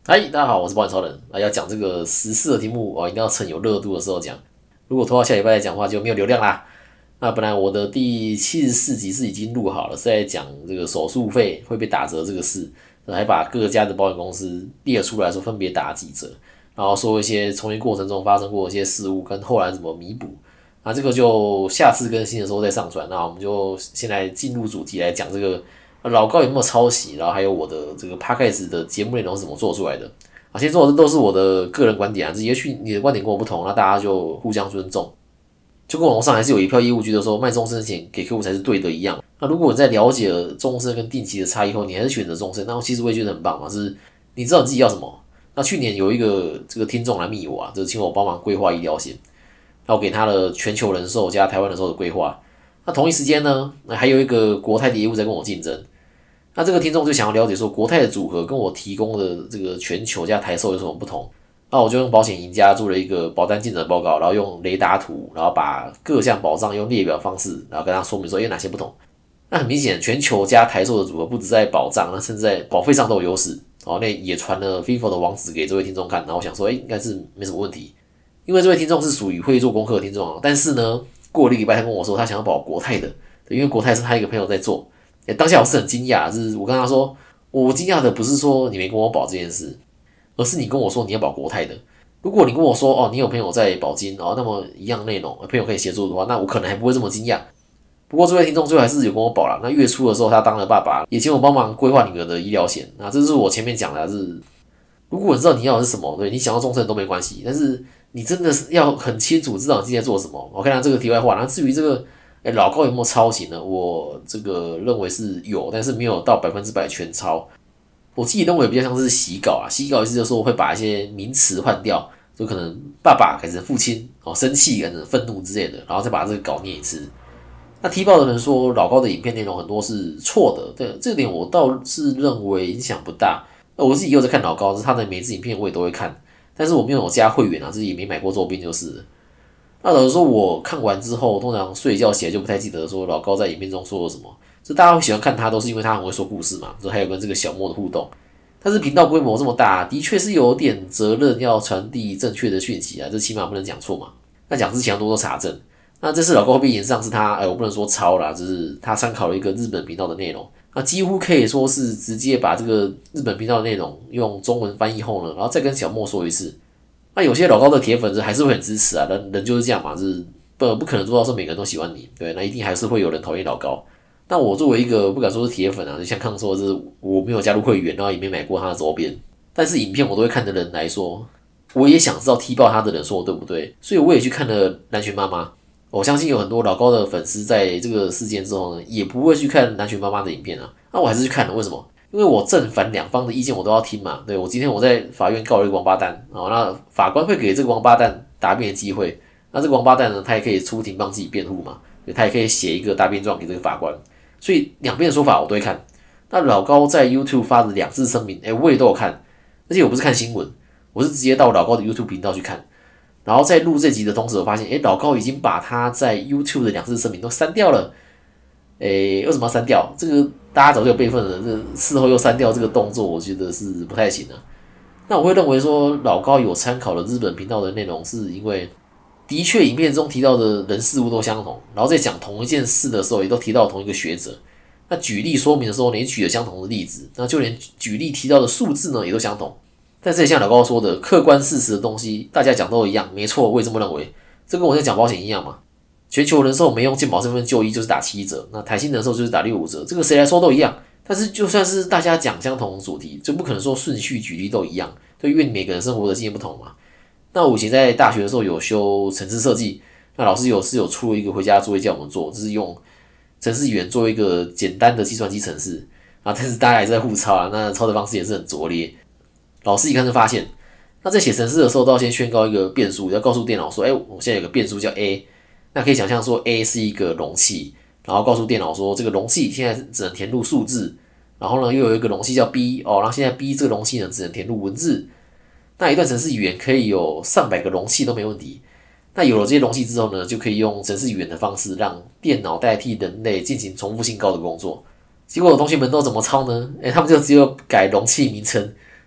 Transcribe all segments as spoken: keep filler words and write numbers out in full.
嗨，大家好，我是保险超人啊。要讲这个时事的题目哦，一定要趁有热度的时候讲。如果拖到下礼拜来讲的话，就没有流量啦。那本来我的第七十四集是已经录好了，是在讲这个手术费会被打折这个事，还把各家的保险公司列出来说分别打几折，然后说一些从业过程中发生过一些事物跟后来怎么弥补。那这个就下次更新的时候再上传。那我们就先来进入主题来讲这个。老高有没有抄袭？然后还有我的这个 podcast 的节目内容是怎么做出来的？啊，先说这都是我的个人观点啊，也许你的观点跟我不同，那大家就互相尊重。就跟网上还是有一票业务觉得说卖终身险给客户才是对的一样。那如果你在了解了终身跟定期的差异后，你还是选择终身，那其实我也觉得很棒嘛，是你知道你自己要什么。那去年有一个这个听众来密我啊，就是请我帮忙规划医疗险，然后给他的全球人寿加台湾人寿的规划。那同一时间呢，还有一个国泰的业务在跟我竞争。那这个听众就想要了解说，国泰的组合跟我提供的这个全球加台寿有什么不同？那我就用保险赢家做了一个保单进展报告，然后用雷达图，然后把各项保障用列表方式，然后跟他说明说有哪些不同。那很明显，全球加台寿的组合不止在保障，那甚至在保费上都有优势。哦，那也传了 F I F O 的网址给这位听众看，然后我想说，哎，应该是没什么问题，因为这位听众是属于会做功课的听众啊。但是呢，过了一个礼拜，他跟我说他想要保国泰的，因为国泰是他一个朋友在做。欸、当下我是很惊讶，是我跟他说，我惊讶的不是说你没跟我保这件事，而是你跟我说你要保国泰的。如果你跟我说哦，你有朋友在保金哦，那么一样内容，朋友可以协助的话，那我可能还不会这么惊讶。不过这位听众最后还是有跟我保了。那月初的时候，他当了爸爸，也请我帮忙规划女儿的医疗险。那这是我前面讲的是，如果你知道你要的是什么，对你想要终身都没关系，但是你真的是要很清楚知道你自己在做什么。我看到这个题外话，那至于这个。哎，老高有没有抄袭呢？我这个认为是有，但是没有到百分之百全抄。我自己认为比较像是洗稿啊，洗稿意思就是说会把一些名词换掉，就可能爸爸改成父亲，哦，生气改成愤怒之类的，然后再把这个稿念一次。那踢爆的人说老高的影片内容很多是错的，对这个点我倒是认为影响不大。我自己也有在看老高，是他的每支影片我也都会看，但是我没有加会员啊，自己也没买过周边就是了。那老实说，我看完之后，通常睡觉起来就不太记得说老高在影片中说了什么。这大家会喜欢看他，都是因为他很会说故事嘛，就还有跟这个小莫的互动。但是频道规模这么大，的确是有点责任要传递正确的讯息啊，这起码不能讲错嘛。那讲之前要多多查证。那这次老高会被延上是他，哎，我不能说抄啦，就是他参考了一个日本频道的内容，那几乎可以说是直接把这个日本频道的内容用中文翻译后呢，然后再跟小莫说一次。那有些老高的铁粉还是会很支持啊，人人就是这样嘛，是不不可能做到说每个人都喜欢你，对，那一定还是会有人讨厌老高。那我作为一个不敢说是铁粉啊，就像康说是我没有加入会员，然后也没买过他的周边，但是影片我都会看的人来说，我也想知道踢爆他的人说我对不对，所以我也去看了南拳妈妈。我相信有很多老高的粉丝在这个事件之后呢，也不会去看南拳妈妈的影片啊，那我还是去看了，为什么？因为我正反两方的意见我都要听嘛，对，我今天我在法院告了一个王八蛋，哦，那法官会给这个王八蛋答辩的机会，那这个王八蛋呢，他也可以出庭帮自己辩护嘛，他也可以写一个答辩状给这个法官，所以两边的说法我都会看。那老高在 YouTube 发的两次声明，哎，我也都有看，而且我不是看新闻，我是直接到老高的 YouTube 频道去看，然后在录这集的同时，我发现，哎，老高已经把他在 YouTube 的两次声明都删掉了。诶，为什么要删掉？这个大家早就有备份了，这事后又删掉这个动作，我觉得是不太行的。那我会认为说，老高有参考了日本频道的内容，是因为的确影片中提到的人事物都相同，然后在讲同一件事的时候，也都提到同一个学者。那举例说明的时候，你举了相同的例子，那就连举例提到的数字呢，也都相同。但是像老高说的，客观事实的东西，大家讲都一样，没错，我也这么认为。这跟我在讲保险一样嘛。全球人寿没用健保身份就医就是打七折，那台新人寿就是打六五折，这个谁来说都一样。但是就算是大家讲相同的主题，就不可能说顺序举例都一样，对，因为每个人生活的经验不同嘛。那我以前在大学的时候有修程式设计，那老师有是有出一个回家作业叫我们做，就是用程式语言做一个简单的计算机程式啊，但是大家也在互抄啊，那抄的方式也是很拙劣。老师一看就发现，那在写程式的时候都要先宣告一个变数，要告诉电脑说，哎、欸，我现在有个变数叫 A。那可以想象说 A 是一个容器，然后告诉电脑说这个容器现在只能填入数字，然后呢又有一个容器叫 B 哦，然后现在 B 这个容器呢只能填入文字。那一段程式语言可以有上百个容器都没问题。那有了这些容器之后呢，就可以用程式语言的方式让电脑代替人类进行重复性高的工作。结果同学们都怎么抄呢？诶，他们就只有改容器名称，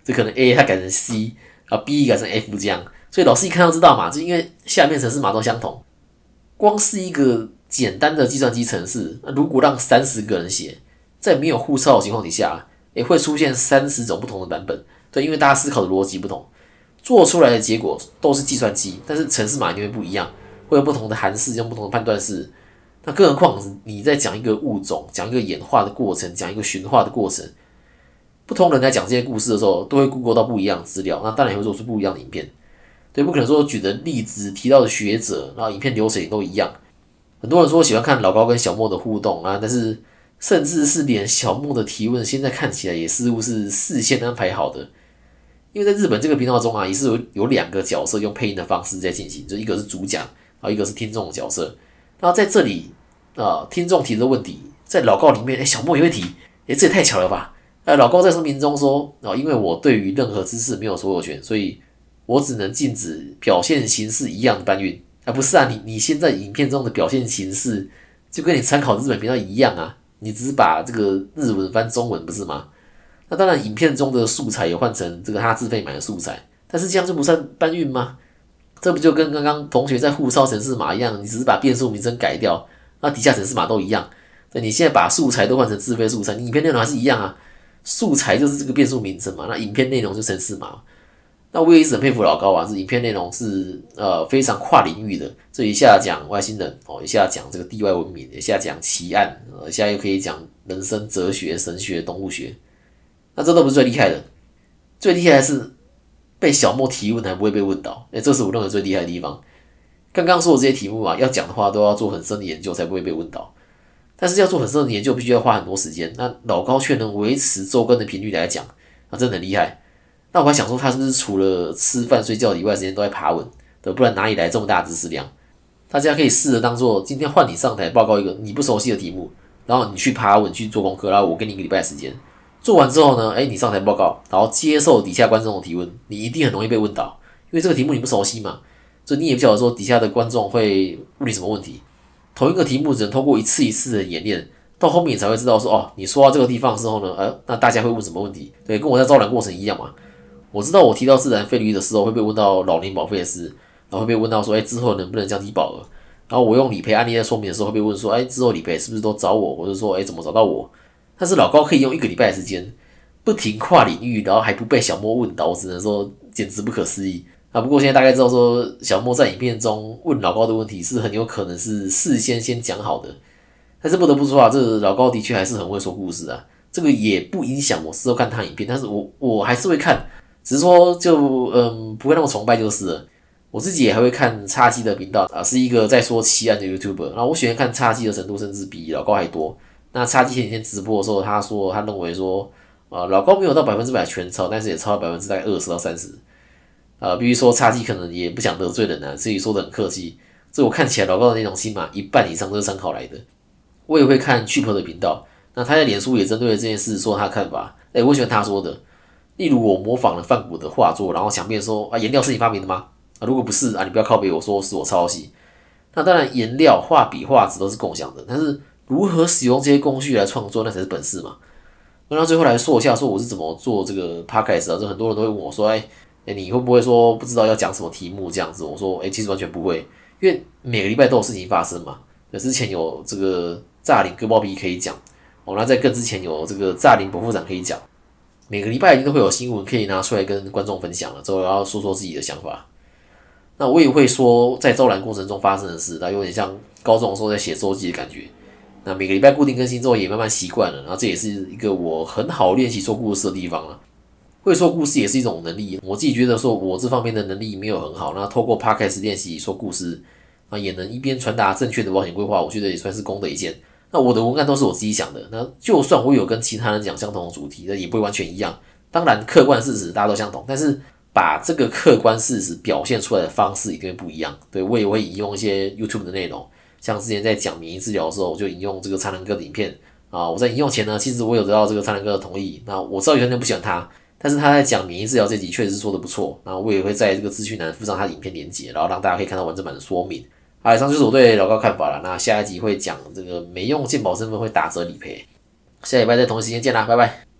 这可能 A 它改成 C， 然后 B 改成 F 这样，所以老师一看到知道嘛，就因为下面程式码都相同，光是一个简单的计算机程式，如果让三十个人写，在没有互抄的情况底下，也会出现三十种不同的版本。对，因为大家思考的逻辑不同，做出来的结果都是计算机，但是程式码一定会不一样，会有不同的函式，用不同的判断式。那更何况你在讲一个物种，讲一个演化的过程，讲一个驯化的过程，不同人在讲这些故事的时候，都会 Google 到不一样的资料，那当然也会做出不一样的影片。对，不可能说举的例子、提到的学者，然后影片流程也都一样。很多人说喜欢看老高跟小莫的互动啊，但是甚至是连小莫的提问，现在看起来也似乎是事先安排好的。因为在日本这个频道中啊，也是有有两个角色用配音的方式在进行，就一个是主讲，然后一个是听众的角色。然后在这里啊、呃，听众提的问题，在老高里面，哎，小莫也会提，哎，这也太巧了吧？呃，老高在声明中说，啊、因为我对于任何知识没有所有权，所以我只能禁止表现形式一样的搬运。啊，不是啊，你你现在影片中的表现形式，就跟你参考日本频道一样啊，你只是把这个日文翻中文，不是吗？那当然，影片中的素材也换成这个他自费买的素材，但是这样就不算搬运吗？这不就跟刚刚同学在互抄程式码一样，你只是把变数名称改掉，那底下程式码都一样。那你现在把素材都换成自费素材，你影片内容还是一样啊。素材就是这个变数名称嘛，那影片内容就是程式码。那我也一直很佩服老高啊，是影片内容是呃非常跨领域的，这一下讲外星人哦，一下讲这个地外文明，一下讲奇案，呃，一下又可以讲人生哲学、神学、动物学。那这都不是最厉害的，最厉害的是被小莫提问还不会被问到，哎，这是我认为最厉害的地方。刚刚说的这些题目啊，要讲的话都要做很深的研究才不会被问到，但是要做很深的研究必须要花很多时间，那老高却能维持周更的频率来讲，那真的很厉害。那我还想说他是不是除了吃饭睡觉以外时间都在爬文，对，不然哪里来这么大的知识量？大家可以试着当做今天换你上台报告一个你不熟悉的题目，然后你去爬文去做功课，然后我给你一个礼拜的时间。做完之后呢，哎，你上台报告，然后接受底下观众的提问，你一定很容易被问到，因为这个题目你不熟悉嘛，所以你也不晓得说底下的观众会问你什么问题。同一个题目只能通过一次一次的演练，到后面你才会知道说，哦，你说到这个地方的时候呢，呃，那大家会问什么问题？对，跟我在招揽过程一样嘛。我知道我提到自然费率的时候会被问到老年保费的事，然后会被问到说，哎，之后能不能降低保额？然后我用理赔案例在说明的时候会被问说，哎，之后理赔是不是都找我？或者说，哎，怎么找到我？但是老高可以用一个礼拜的时间，不停跨领域，然后还不被小莫问到，我只能说简直不可思议啊！不过现在大概知道说，小莫在影片中问老高的问题是很有可能是事先先讲好的。但是不得不说啊，这个老高的确还是很会说故事啊。这个也不影响我事后看他影片，但是我我还是会看，只是说就嗯不会那么崇拜就是了。我自己也还会看叉七的频道啊，是一个在说奇案的 YouTuber， 然后我喜欢看叉七的程度甚至比老高还多。那叉七前几天直播的时候，他说他认为说，呃，老高没有到百分之百全抄，但是也抄了百分之大概二十到三十。呃，必须说叉七可能也不想得罪人啊，所以说的很客气。这我看起来老高的内容起码一半以上都是参考来的。我也会看 Cheap 的频道，那他在脸书也针对了这件事说他的看法。哎，我喜欢他说的，例如我模仿了梵谷的画作，然后想辩说啊，颜料是你发明的吗？啊，如果不是啊，你不要靠北我说是我抄袭。那当然，颜料、画笔、画纸都是共享的，但是如何使用这些工具来创作，那才是本事嘛。那最后来说一下，说我是怎么做这个 podcast 啊？就很多人都会问我说，哎、欸，你会不会说不知道要讲什么题目这样子？我说，哎、欸，其实完全不会，因为每个礼拜都有事情发生嘛。之前有这个诈领割包皮可以讲，哦，那在更之前有这个诈领保护长可以讲，每个礼拜一定都会有新闻可以拿出来跟观众分享了，之后要说说自己的想法。那我也会说，在招揽过程中发生的事，那有点像高中的时候在写周记的感觉。那每个礼拜固定更新之后，也慢慢习惯了，然后这也是一个我很好练习说故事的地方了。会说故事也是一种能力，我自己觉得说我这方面的能力没有很好，那透过 podcast 练习说故事，啊，也能一边传达正确的保险规划，我觉得也算是功德一件。那我的文案都是我自己想的，那就算我有跟其他人讲相同的主题，那也不会完全一样。当然，客观事实大家都相同，但是把这个客观事实表现出来的方式一定会不一样。对，我也会引用一些 YouTube 的内容，像之前在讲免疫治疗的时候，我就引用这个苍兰哥的影片啊。我在引用前呢，其实我有得到这个苍兰哥的同意。那我知道有些人不喜欢他，但是他在讲免疫治疗这集确实是说的不错。那我也会在这个资讯栏附上他的影片连结，然后让大家可以看到完整版的说明。好，以上就是我对老高看法了。那下一集会讲这个没用健保身份会打折理赔，下礼拜在同一时间见啦，拜拜。